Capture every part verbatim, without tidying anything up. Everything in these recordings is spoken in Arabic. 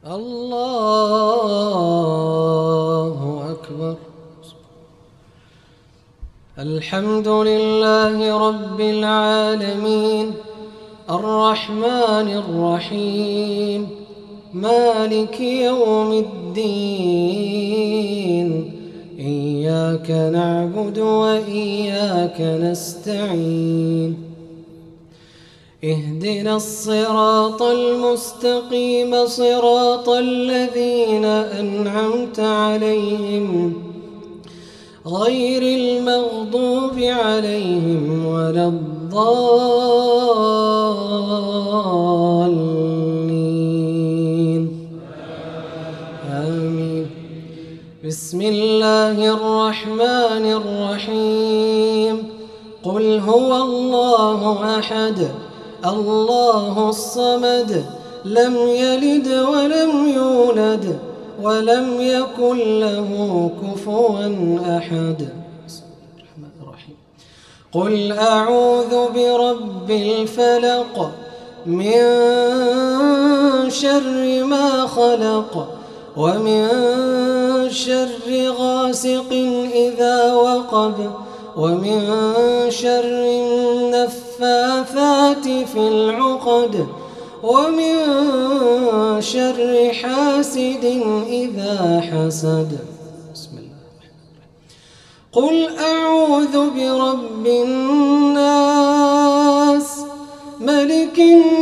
الله أكبر. الحمد لله رب العالمين الرحمن الرحيم مالك يوم الدين إياك نعبد وإياك نستعين اهدنا الصراط المستقيم صراط الذين أنعمت عليهم غير المغضوب عليهم ولا الضالين آمين. بسم الله الرحمن الرحيم. قل هو الله أحد الله الصمد لم يلد ولم يولد ولم يكن له كفوا أحد. قل أعوذ برب الفلق من شر ما خلق ومن شر غاسق إذا وقب ومن شر النفاثات في العقد ومن شر حاسد إذا حسد. بسم الله الرحمن الرحيم. قل أعوذ برب الناس ملك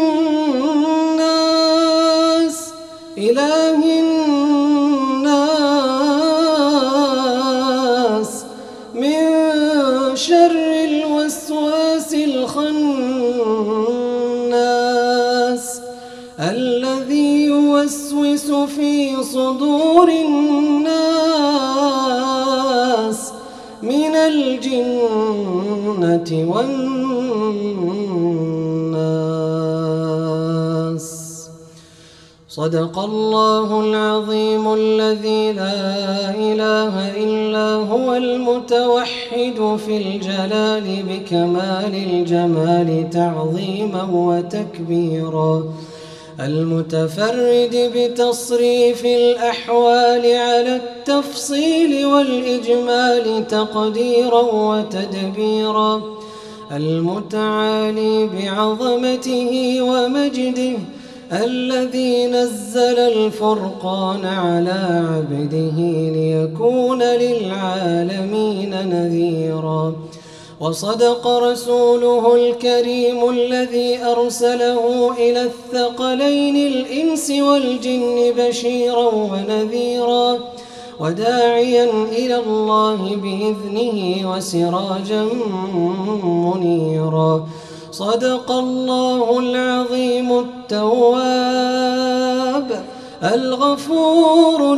الناس إله الناس من شر الوسواس الخناس الذي يوسوس في صدور الناس من الجنة والناس. صدق الله العظيم الذي لا إله إلا هو المتوحد في الجلال بكمال الجمال تعظيما وتكبيرا المتفرد بتصريف الأحوال على التفصيل والإجمال تقديرا وتدبيرا المتعالي بعظمته ومجده الذي نزل الفرقان على عبده ليكون للعالمين نذيرا. وصدق رسوله الكريم الذي أرسله إلى الثقلين الإنس والجن بشيرا ونذيرا وداعيا إلى الله بإذنه وسراجا منيرا. صدق الله العظيم التواب الغفور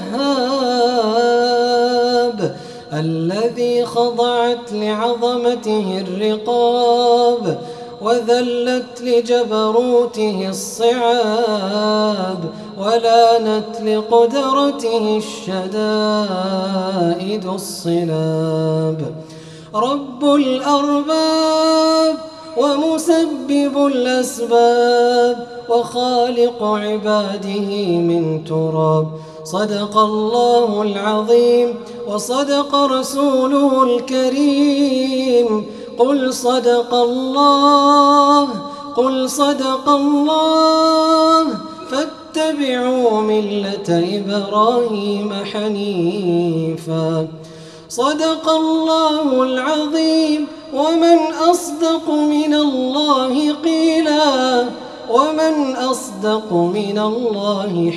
الوهاب الذي خضعت لعظمته الرقاب وذلت لجبروته الصعاب ولانت لقدرته الشدائد الصلاب. رب الأرباب ومسبب الأسباب وخالق عباده من تراب. صدق الله العظيم وصدق رسوله الكريم. قل صدق الله قل صدق الله فاتبعوا ملة إبراهيم حنيفا. صدق الله العظيم ومن أصدق من الله قيلا ومن أصدق من الله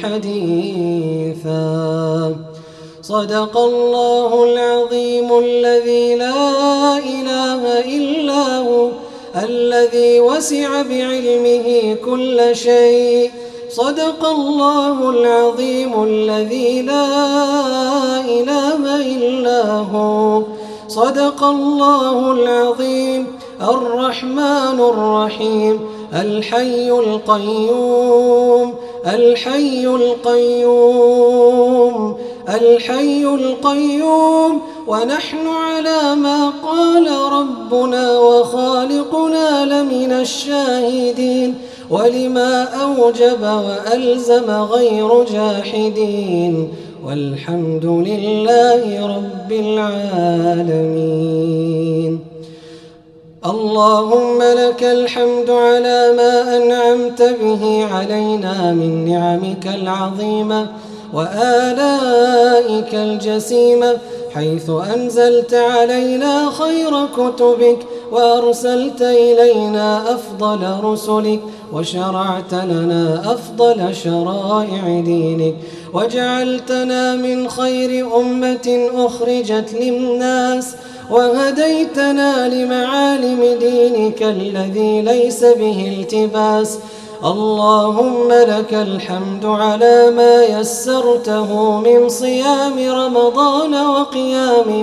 حديثا. صدق الله العظيم الذي لا إله إلا هو الذي وسع بعلمه كل شيء. صدق الله العظيم الذي لا إله إلا هو. صدق الله العظيم الرحمن الرحيم الحي القيوم الحي القيوم الحي القيوم. ونحن على ما قال ربنا وخالقنا لمن الشاهدين ولما أوجب وألزم غير جاحدين، والحمد لله رب العالمين. اللهم لك الحمد على ما أنعمت به علينا من نعمك العظيمة وآلائك الجسيمة، حيث أنزلت علينا خير كتبك وأرسلت إلينا أفضل رسلك وشرعت لنا أفضل شرائع دينك، وجعلتنا من خير أمة أخرجت للناس، وهديتنا لمعالم دينك الذي ليس به التباس. اللهم لك الحمد على ما يسرته من صيام رمضان وقيامه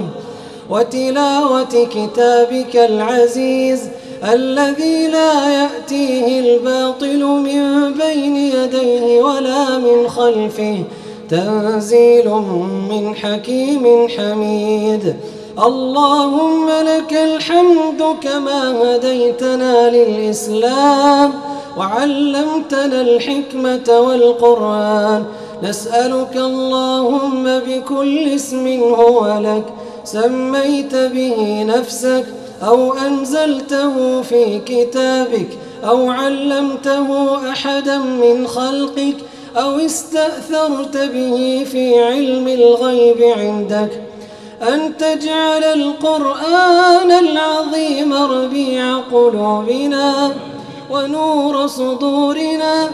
وتلاوة كتابك العزيز الذي لا يأتيه الباطل من بين يديه ولا من خلفه، تنزيل من حكيم حميد. اللهم لك الحمد كما هديتنا للإسلام وعلمتنا الحكمة والقرآن. نسألك اللهم بكل اسم هو لك سميت به نفسك أو أنزلته في كتابك أو علمته أحدا من خلقك أو استأثرت به في علم الغيب عندك، أن تجعل القرآن العظيم ربيع قلوبنا ونور صدورنا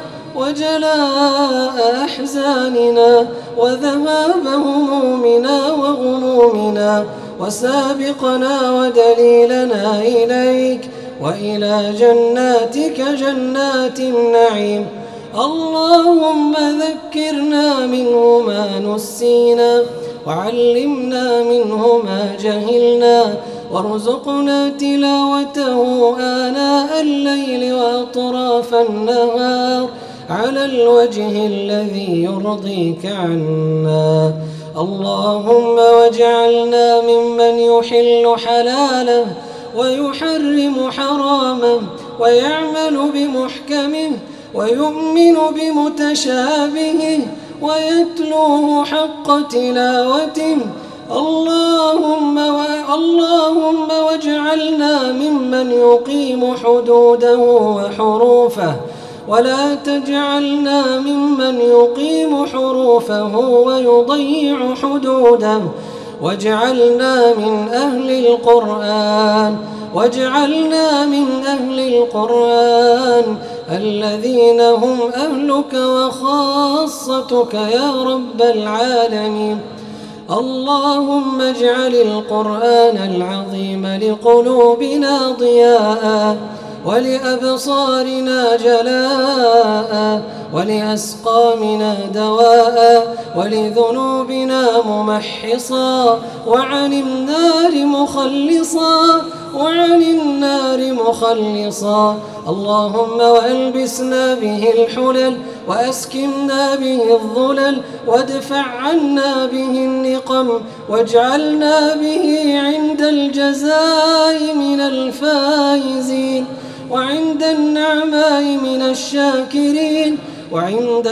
وجلاء أحزاننا وذهاب همومنا وغمومنا، وسابقنا ودليلنا إليك وإلى جناتك جنات النعيم. اللهم ذكرنا منه ما نسينا وعلمنا منه ما جهلنا، وارزقنا تلاوته آناء الليل وأطراف النهار على الوجه الذي يرضيك عنا. اللهم واجعلنا ممن يحل حلاله ويحرم حرامه ويعمل بمحكمه ويؤمن بمتشابهه ويتلوه حق تلاوته. اللهم اللهم واجعلنا ممن يقيم حدوده وحروفه، ولا تجعلنا ممن يقيم حروفه ويضيع حدوده. واجعلنا من أهل القرآن واجعلنا من أهل القرآن الذين هم أهلك وخاصتك يا رب العالمين. اللهم اجعل القرآن العظيم لقلوبنا ضياء ولأبصارنا جلاء ولأسقامنا دواء ولذنوبنا ممحصا وعن النار مخلصا وعن النار مخلصا. اللهم وألبسنا به الحلل وأسكننا به الظلل وادفع عنا به النقم واجعلنا به عند الجزاء من الفائزين وعند النعماء من الشاكرين وعند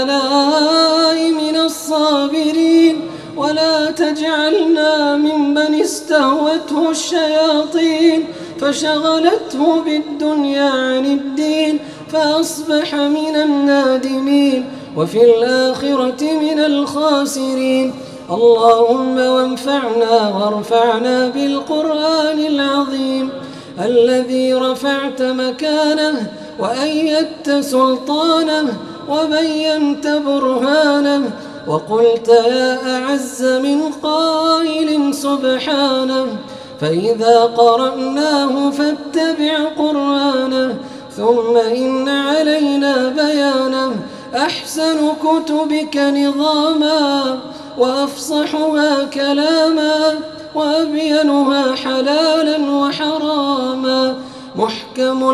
البلاء من الصابرين. ولا تجعلنا ممن استهوته الشياطين فشغلته بالدنيا عن الدين فأصبح من النادمين وفي الآخرة من الخاسرين. اللهم وانفعنا وارفعنا بالقرآن العظيم الذي رفعت مكانه وأيدت سلطانه وبينت برهانه، وقلت يا أعز من قائل سبحانه فإذا قرأناه فاتبع قرآنه ثم إن علينا بيانه. أحسن كتبك نظاما وأفصحها كلاما وأبينها حلالا وحراما، محكم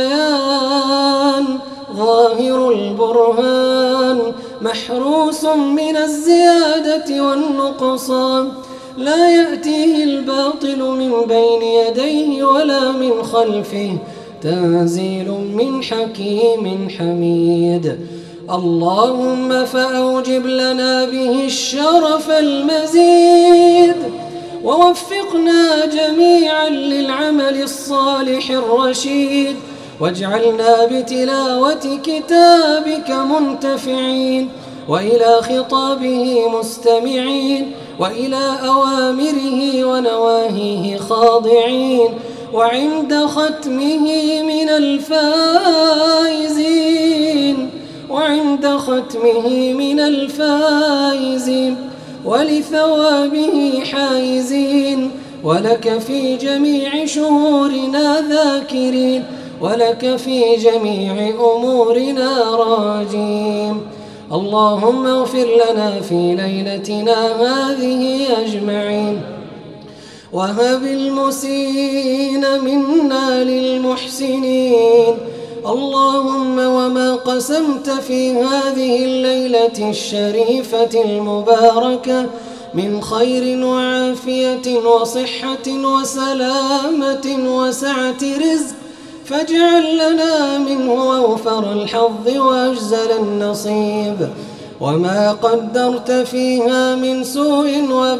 البيان ظاهر البرهان، محروس من الزيادة والنقصان، لا يأتيه الباطل من بين يديه ولا من خلفه، تنزيل من حكيم حميد. اللهم فأوجب لنا به الشرف المزيد، ووفقنا جميعا للعمل الصالح الرشيد، واجعلنا بتلاوة كتابك منتفعين، وإلى خطابه مستمعين، وإلى أوامره ونواهيه خاضعين، وعند ختمه من الفائزين وعند ختمه من الفائزين ولثوابه حائزين، ولك في جميع شهورنا ذاكرين، ولك في جميع أمورنا راجين. اللهم اغفر لنا في ليلتنا هذه أجمعين، وهب المسيئين منا للمحسنين. اللهم وما قسمت في هذه الليلة الشريفة المباركة من خير وعافية وصحة وسلامة وسعة رزق، فاجعل لنا منه أوفر الحظ وأجزل النصيب، وما قدرت فيها من سوء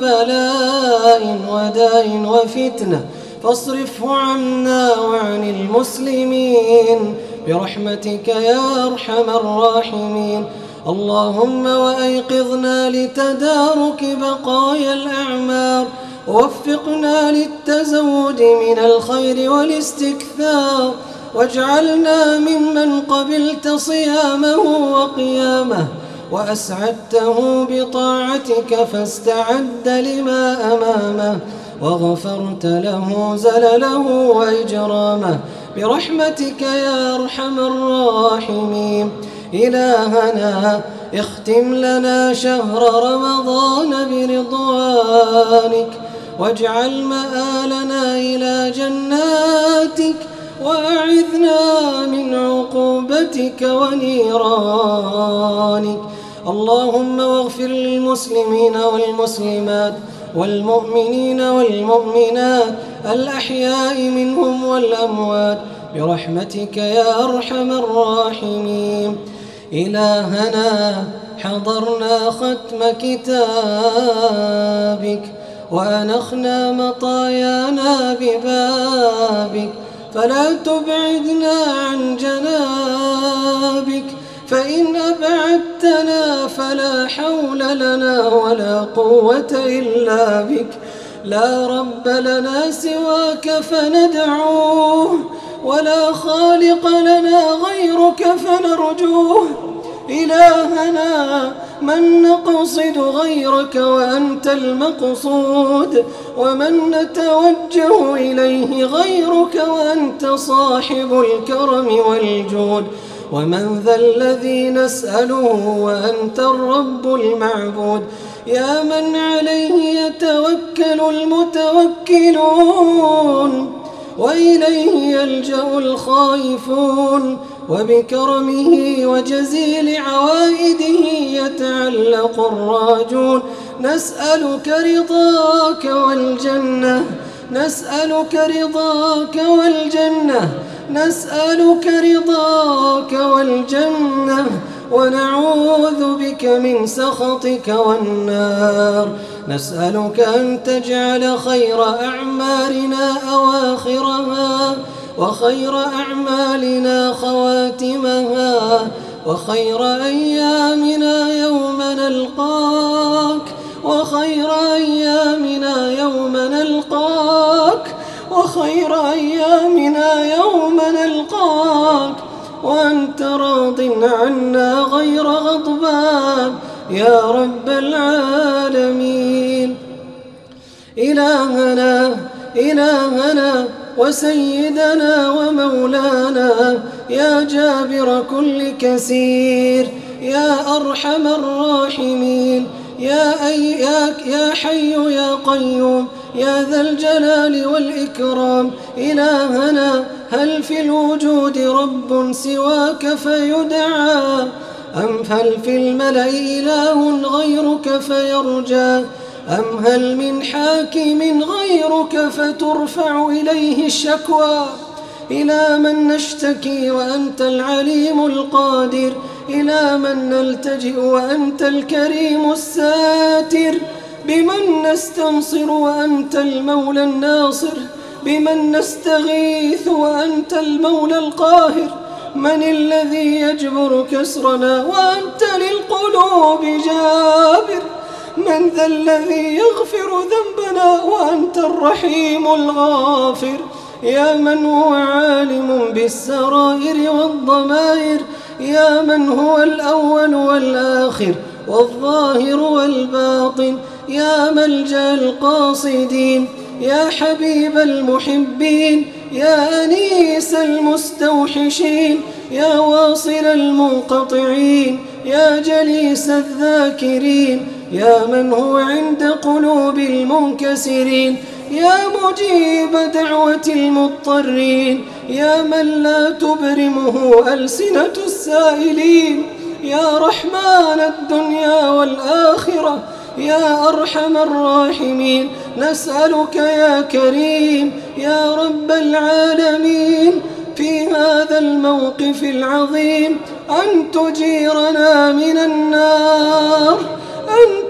وبلاء وداء وفتنة فاصرفه عنا وعن المسلمين برحمتك يا أرحم الراحمين. اللهم وأيقظنا لتدارك بقايا الأعمار، ووفقنا للتزود من الخير والاستكثار، واجعلنا ممن قبلت صيامه وقيامه، وأسعدته بطاعتك فاستعد لما أمامه، وغفرت له زلله وإجرامه برحمتك يا أرحم الراحمين. إلهنا اختم لنا شهر رمضان برضوانك، واجعل مآلنا إلى جناتك، وأعذنا من عقوبتك ونيرانك. اللهم واغفر للمسلمين والمسلمات والمؤمنين والمؤمنات الأحياء منهم والأموات برحمتك يا أرحم الراحمين. إلهنا حضرنا ختم كتابك، وأنخنا مطايانا ببابك، فلا تبعدنا عن جنابك، فإن أبعدتنا فلا حول لنا ولا قوة إلا بك. لا رب لنا سواك فندعوه، ولا خالق لنا غيرك فنرجوه. إلهنا من نقصد غيرك وأنت المقصود، ومن نتوجه إليه غيرك وأنت صاحب الكرم والجود، ومن ذا الذي نسأله وأنت الرب المعبود. يا من عليه يتوكل المتوكلون، وإليه يلجأ الخائفون، وبكرمه وجزيل عوائده يتعلق الراجون. نسألك رضاك والجنة، نسألك رضاك والجنة، نسألك رضاك والجنة، ونعوذ بك من سخطك والنار. نسألك أن تجعل خير أعمارنا أواخرها، وخير أعمالنا خواتمها، وخير أيامنا يوم نلقاك، وخير أيامنا يوم نلقاك، وخير أيامنا يوم نلقاك، وأنت راض عنا غير غضبان يا رب العالمين. إلهنا إلهنا وسيدنا ومولانا يا جابر كل كسير، يا أرحم الراحمين، يا, أي يا, يا حي يا قيوم، يا ذا الجلال والإكرام. إلهنا هل في الوجود رب سواك فيدعى، أم هل في الملأ إله غيرك فيرجى، أم هل من حاكم غيرك فترفع إليه الشكوى. إلى من نشتكي وأنت العليم القادر، إلى من نلتجئ وأنت الكريم الساتر، بمن نستنصر وأنت المولى الناصر، بمن نستغيث وأنت المولى القاهر، من الذي يجبر كسرنا وأنت للقلوب جابر، من ذا الذي يغفر ذنبنا وأنت الرحيم الغافر، يا من هو عالم بالسرائر والضمائر، يا من هو الأول والآخر والظاهر والباطن، يا ملجأ القاصدين، يا حبيب المحبين، يا أنيس المستوحشين، يا واصل المنقطعين، يا جليس الذاكرين، يا من هو عند قلوب المنكسرين، يا مجيب دعوة المضطرين، يا من لا تبرمه ألسنة السائلين، يا رحمن الدنيا والآخرة، يا أرحم الراحمين، نسألك يا كريم يا رب العالمين في هذا الموقف العظيم أن تجيرنا من النار، أن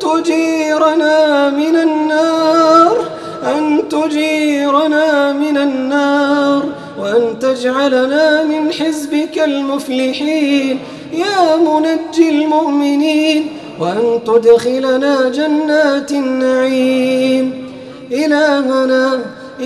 تجيرنا من النار، أن تجيرنا من النار، وأن تجعلنا من حزبك المفلحين يا منجي المؤمنين، وأن تدخلنا جنات النعيم. إلهنا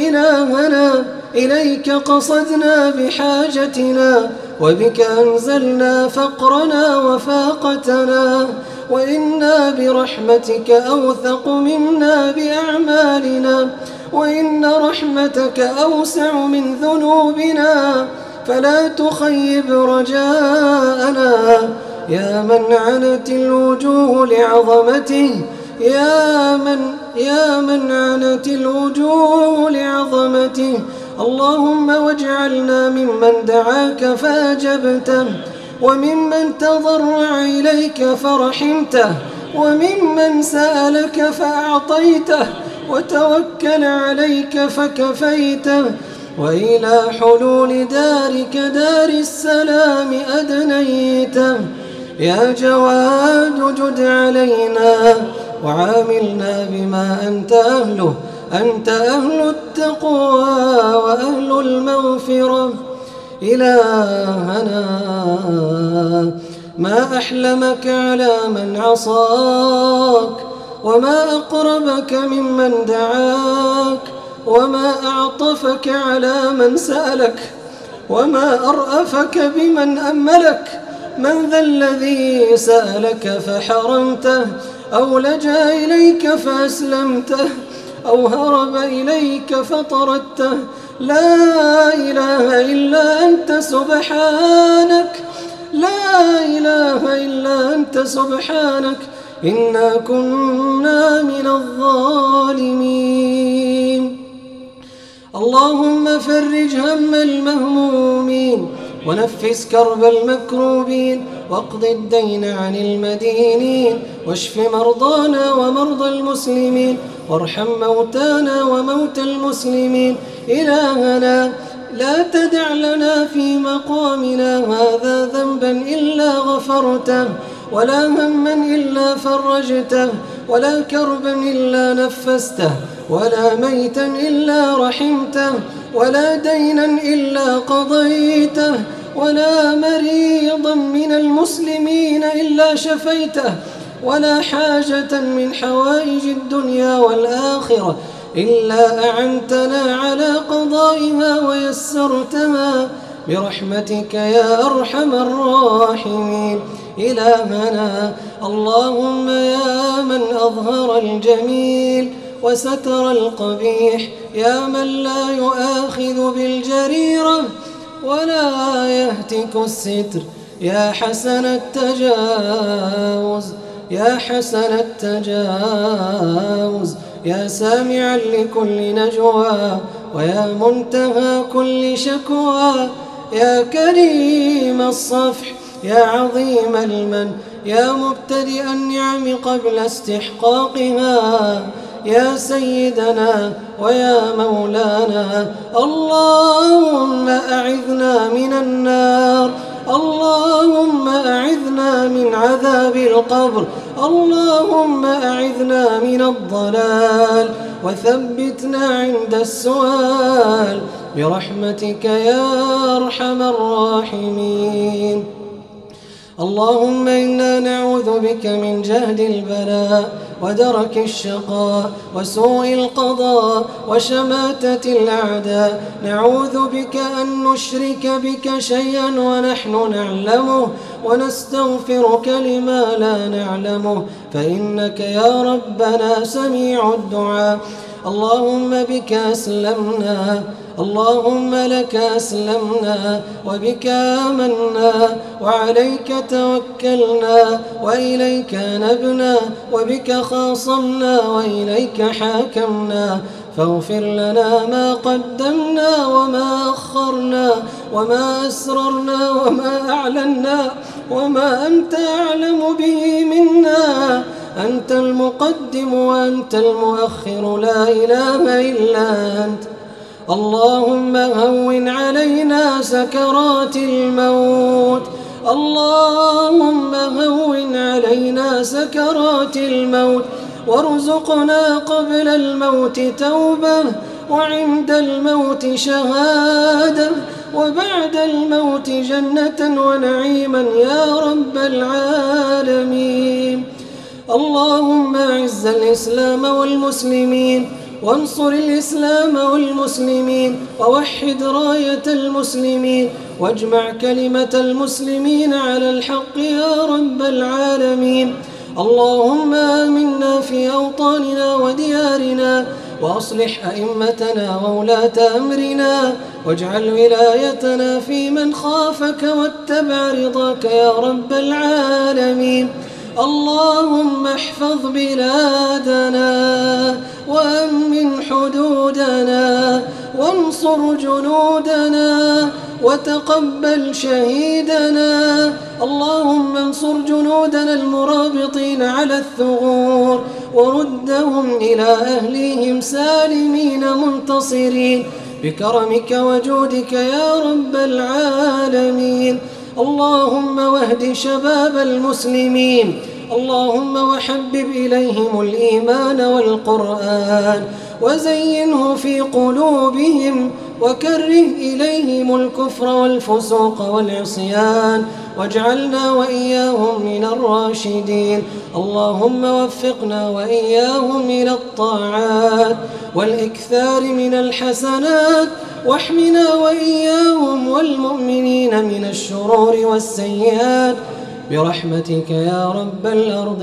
إلهنا إليك قصدنا بحاجتنا، وبك أنزلنا فقرنا وفاقتنا، وإنا برحمتك أوثق منا بأعمالنا، وإن رحمتك أوسع من ذنوبنا، فلا تخيب رجاءنا يا من عنت الوجوه لعظمته، يا من يا من عنت الوجوه لعظمته. اللهم واجعلنا ممن دعاك فأجبته، وممن تضرع إليك فرحمته، وممن سألك فأعطيته، وتوكل عليك فكفيته، وإلى حلول دارك دار السلام أدنيته. يا جواد جد علينا وعاملنا بما أنت أهله، أنت أهل التقوى وأهل المغفرة. إلهنا ما أحلمك على من عصاك، وما أقربك ممن دعاك، وما أعطفك على من سألك، وما أرأفك بمن أملك. من ذا الذي سألك فحرمته، أو لجأ إليك فأسلمته، أو هرب إليك فطردته؟ لا إله إلا أنت سبحانك، لا إله إلا أنت سبحانك، إنا كنا من الظالمين. اللهم فرج هم المهمومين، ونفس كرب المكروبين، واقض الدين عن المدينين، واشف مرضانا ومرضى المسلمين، وارحم موتانا وموتى المسلمين. إلهنا لا تدع لنا في مقامنا هذا ذنبا إلا غفرته، ولا هما إلا فرجته، ولا كربا إلا نفسته، ولا ميتا إلا رحمته، ولا دينا إلا قضيته، ولا مريضا من المسلمين إلا شفيته، ولا حاجة من حوائج الدنيا والآخرة إلا أعنتنا على قضائها ويسرتها برحمتك يا أرحم الراحمين. إلهنا اللهم يا من أظهر الجميل وستر القبيح، يا من لا يؤاخذ بالجريرة ولا يهتك الستر، يا حسن التجاوز، يا حسن التجاوز، يا سامعا لكل نجوى، ويا منتهى كل شكوى، يا كريم الصفح، يا عظيم المن، يا مبتدئ النعم قبل استحقاقها، يا سيدنا ويا مولانا. اللهم أعذنا من النار، اللهم أعذنا من عذاب القبر، اللهم أعذنا من الضلال وثبتنا عند السؤال برحمتك يا أرحم الراحمين. اللهم إنا نعوذ بك من جهد البلاء ودرك الشقاء وسوء القضاء وشماتة الأعداء. نعوذ بك أن نشرك بك شيئا ونحن نعلمه، ونستغفرك لما لا نعلمه، فإنك يا ربنا سميع الدعاء. اللهم بك أسلمنا، اللهم لك أسلمنا، وبك آمنا، وعليك توكلنا، وإليك نبنا، وبك خاصمنا، وإليك حاكمنا. فاغفر لنا ما قدمنا وما أخرنا وما أسررنا وما أعلنا وما أنت أعلم به منا. أنت المقدم وأنت المؤخر، لا إله إلا أنت. اللهم هون علينا سكرات الموت، اللهم هون علينا سكرات الموت، وارزقنا قبل الموت توبة، وعند الموت شهادة، وبعد الموت جنة ونعيما يا رب العالمين. اللهم أعز الإسلام والمسلمين، وانصر الإسلام والمسلمين، ووحد راية المسلمين، واجمع كلمة المسلمين على الحق يا رب العالمين. اللهم آمنا في أوطاننا وديارنا، وأصلح أئمتنا وولاة أمرنا، واجعل ولايتنا في من خافك واتبع رضاك يا رب العالمين. اللهم احفظ بلادنا وأمن حدودنا وانصر جنودنا وتقبل شهيدنا. اللهم انصر جنودنا المرابطين على الثغور، وردهم إلى أهليهم سالمين منتصرين بكرمك وجودك يا رب العالمين. اللهم واهد شباب المسلمين، اللهم وحبب إليهم الإيمان والقرآن، وزينه في قلوبهم، وكره إليهم الكفر والفسوق والعصيان، واجعلنا وإياهم من الراشدين. اللهم وفقنا وإياهم من الطاعات والإكثار من الحسنات، واحمنا وإياهم والمؤمنين من الشرور والسيئات برحمتك يا رب الأرض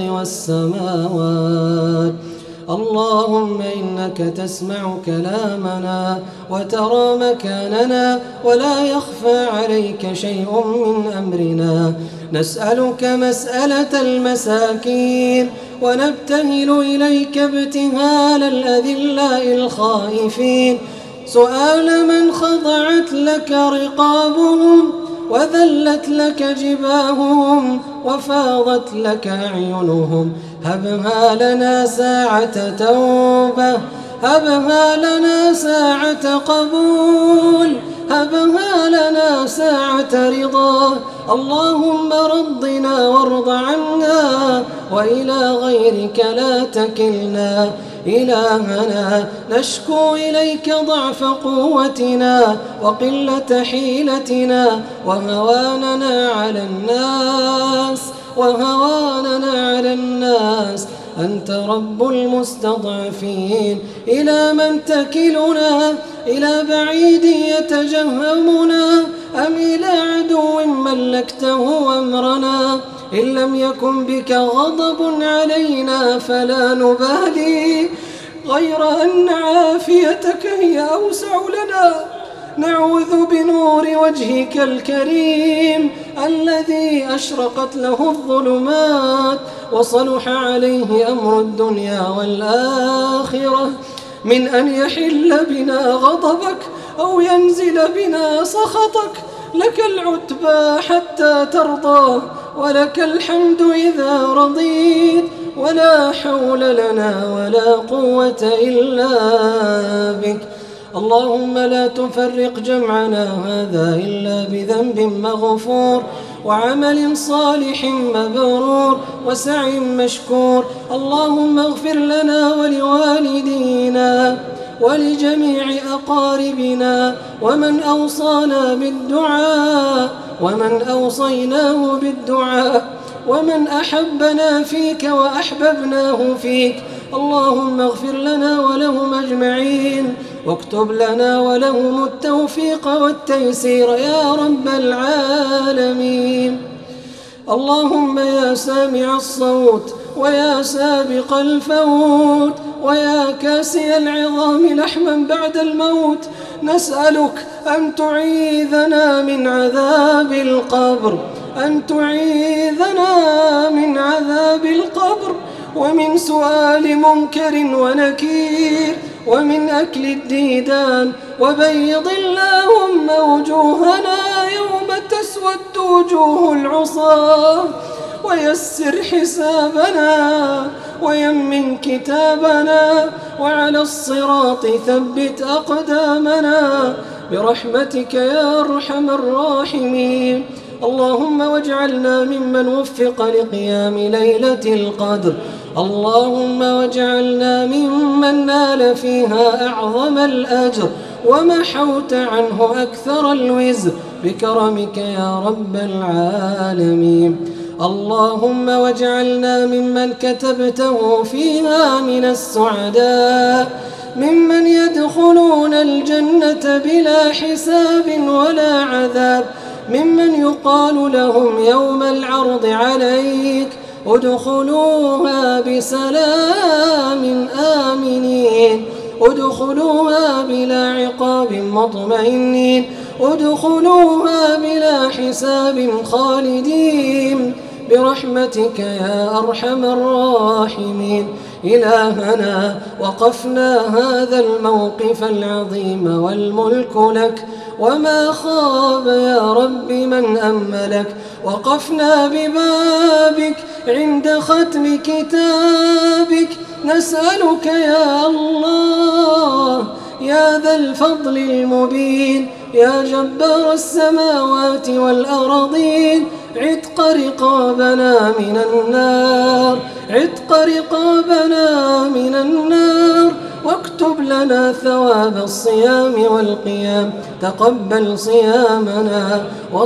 والسماوات. اللهم إنك تسمع كلامنا وترى مكاننا، ولا يخفى عليك شيء من أمرنا. نسألك مسألة المساكين، ونبتهل إليك ابتهال الأذلاء الخائفين، سؤال من خضعت لك رقابهم وذلت لك جباههم وفاضت لك أعينهم. هبها لنا ساعة توبة، هبها لنا ساعة قبول، هبها لنا ساعة رضا. اللهم رضنا وارض عنا، وإلى غيرك لا تكلنا. إلهنا نشكو إليك ضعف قوتنا وقلة حيلتنا وهواننا على الناس وهواننا على الناس. أنت رب المستضعفين، إلى من تكلنا؟ إلى بعيد يتجهمنا، أم إلى عدو ملكته أمرنا؟ إن لم يكن بك غضب علينا فلا نبالي، غير أن عافيتك هي أوسع لنا. نعوذ بنور وجهك الكريم الذي أشرقت له الظلمات وصلح عليه أمر الدنيا والآخرة، من أن يحل بنا غضبك أو ينزل بنا سخطك. لك العتبى حتى ترضى، ولك الحمد إذا رضيت، ولا حول لنا ولا قوة إلا بك. اللهم لا تفرق جمعنا هذا إلا بذنب مغفور وعمل صالح مبرور وسعي مشكور. اللهم اغفر لنا ولوالدينا ولجميع أقاربنا ومن أوصانا بالدعاء ومن أوصيناه بالدعاء ومن أحبنا فيك وأحببناه فيك. اللهم اغفر لنا ولهم أجمعين واكتب لنا ولهم التوفيق والتيسير يا رب العالمين. اللهم يا سامع الصوت ويا سابق الفوت ويا كاسي العظام لحما بعد الموت، نسألك أن تعيذنا من عذاب القبر أن تعيذنا من عذاب القبر ومن سؤال منكر ونكير ومن أكل الديدان. وبيض اللهم وجوهنا يوم تسود وجوه العصاة ويسر حسابنا ويمن كتابنا وعلى الصراط ثبت أقدامنا برحمتك يا أرحم الراحمين. اللهم واجعلنا ممن وفق لقيام ليلة القدر. اللهم واجعلنا ممن نال فيها أعظم الأجر ومحوت عنه أكثر الوزر بكرمك يا رب العالمين. اللهم واجعلنا ممن كتبته فيها من السعداء ممن يدخلون الجنة بلا حساب ولا عذاب، ممن يقال لهم يوم العرض عليك ادخلوها بسلام آمنين، ادخلوها بلا عقاب مطمئنين، ادخلوها بلا حساب خالدين برحمتك يا أرحم الراحمين. إلهنا وقفنا هذا الموقف العظيم والملك لك وما خاب يا رب من أملك. وقفنا ببابك عند ختم كتابك نسألك يا الله يا ذا الفضل المبين يا جبار السماوات والأرضين عتق رقابنا من النار عتق رقابنا من النار واكتب لنا ثواب الصيام والقيام. تقبل صيامنا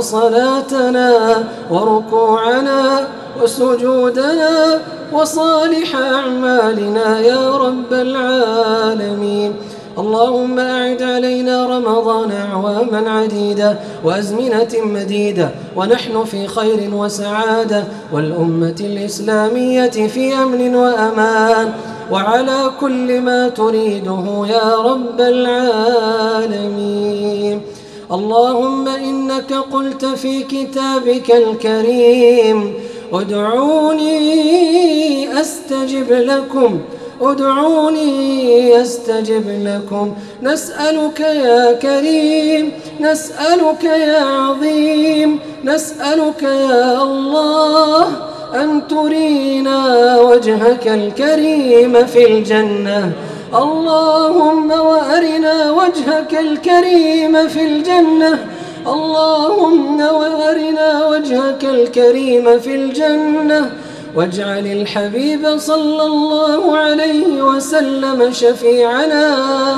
وصلاتنا وركوعنا وسجودنا وصالح أعمالنا يا رب العالمين. اللهم أعد علينا رمضان أعواما عديدة وأزمنة مديدة ونحن في خير وسعادة والأمة الإسلامية في أمن وأمان وعلى كل ما تريده يا رب العالمين. اللهم إنك قلت في كتابك الكريم ادعوني أستجب لكم ادعوني أستجب لكم. نسألك يا كريم نسألك يا عظيم نسألك يا الله أن ترينا وجهك الكريم في الجنة. اللهم وأرنا وجهك الكريم في الجنة اللهم وأرنا وجهك الكريم في الجنة واجعل الحبيب صلى الله عليه وسلم شفيعنا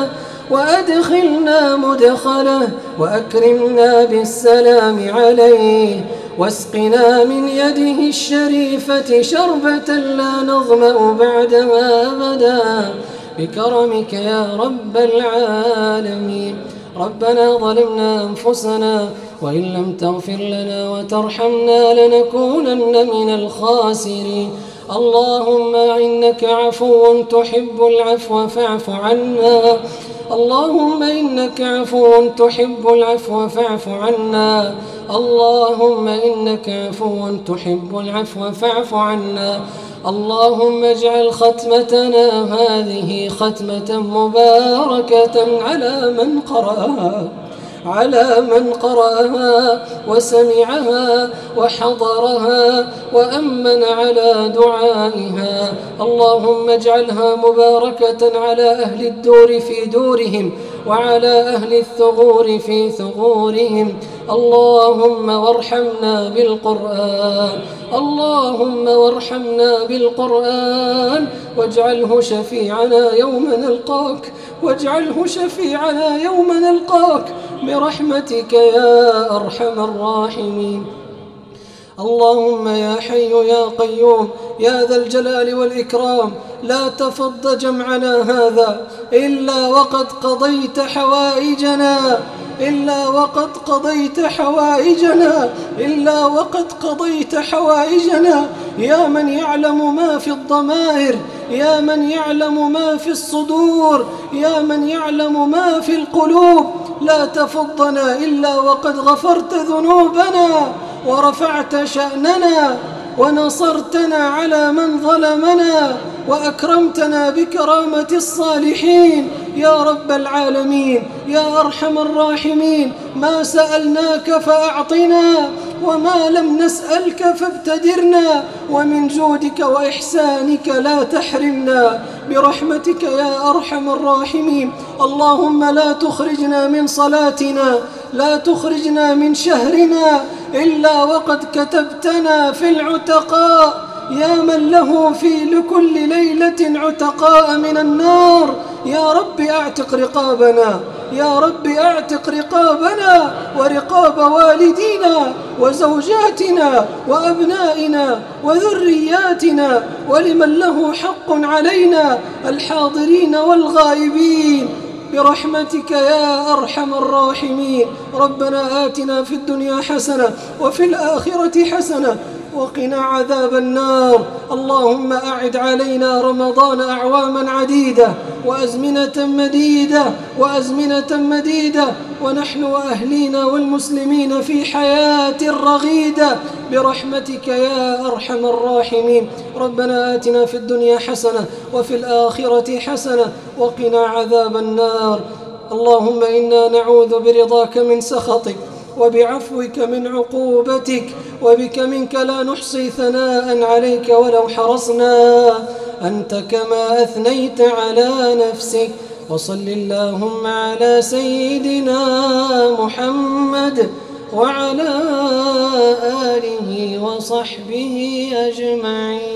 وأدخلنا مدخله وأكرمنا بالسلام عليه واسقنا من يده الشريفة شربة لا نظمأ بعدها أبدا بكرمك يا رب العالمين. ربنا ظلمنا أنفسنا وإن لم تغفر لنا وترحمنا لنكونن من الخاسرين. اللهم إنك عفو تحب العفو فاعف عنا اللهم إنك عفو تحب العفو فاعف عنا اللهم إنك عفو تحب العفو فاعف عنا. اللهم اجعل ختمتنا هذه ختمة مباركة على من قرأها على من قرأها وسمعها وحضرها وأمن على دعائها. اللهم اجعلها مباركة على أهل الدور في دورهم وعلى أهل الثغور في ثغورهم. اللهم وارحمنا بالقرآن اللهم وارحمنا بالقرآن واجعله شفيعنا يوم نلقاك واجعله شفيعنا يوم نلقاك برحمتك يا أرحم الراحمين. اللهم يا حي يا قيوم يا ذا الجلال والإكرام لا تفض جمعنا هذا إلا وقد قضيت حوائجنا إلا وقد قضيت حوائجنا إلا وقد قضيت حوائجنا يا من يعلم ما في الضمائر يا من يعلم ما في الصدور يا من يعلم ما في القلوب. لا تفضنا إلا وقد غفرت ذنوبنا ورفعت شأننا ونصرتنا على من ظلمنا وأكرمتنا بكرامة الصالحين يا رب العالمين يا أرحم الراحمين. ما سألناك فأعطنا وما لم نسألك فابتدرنا ومن جودك وإحسانك لا تحرمنا برحمتك يا أرحم الراحمين. اللهم لا تخرجنا من صلاتنا لا تخرجنا من شهرنا إلا وقد كتبتنا في العتقاء يا من له في لكل ليلة عتقاء من النار. يا رب اعتق رقابنا يا رب اعتق رقابنا ورقاب والدينا وزوجاتنا وأبنائنا وذرياتنا ولمن له حق علينا الحاضرين والغائبين برحمتك يا أرحم الراحمين. ربنا آتنا في الدنيا حسنة وفي الآخرة حسنة وقنا عذاب النار. اللهم أعد علينا رمضان أعواما عديدة وأزمنة مديدة وأزمنة مديدة ونحن وأهلينا والمسلمين في حياة رغيدة برحمتك يا أرحم الراحمين. ربنا آتنا في الدنيا حسنة وفي الآخرة حسنة وقنا عذاب النار. اللهم إنا نعوذ برضاك من سخطك وبعفوك من عقوبتك وبك منك لا نحصي ثناء عليك ولو حرصنا أنت كما أثنيت على نفسك. وصل اللهم على سيدنا محمد وعلى آله وصحبه أجمعين.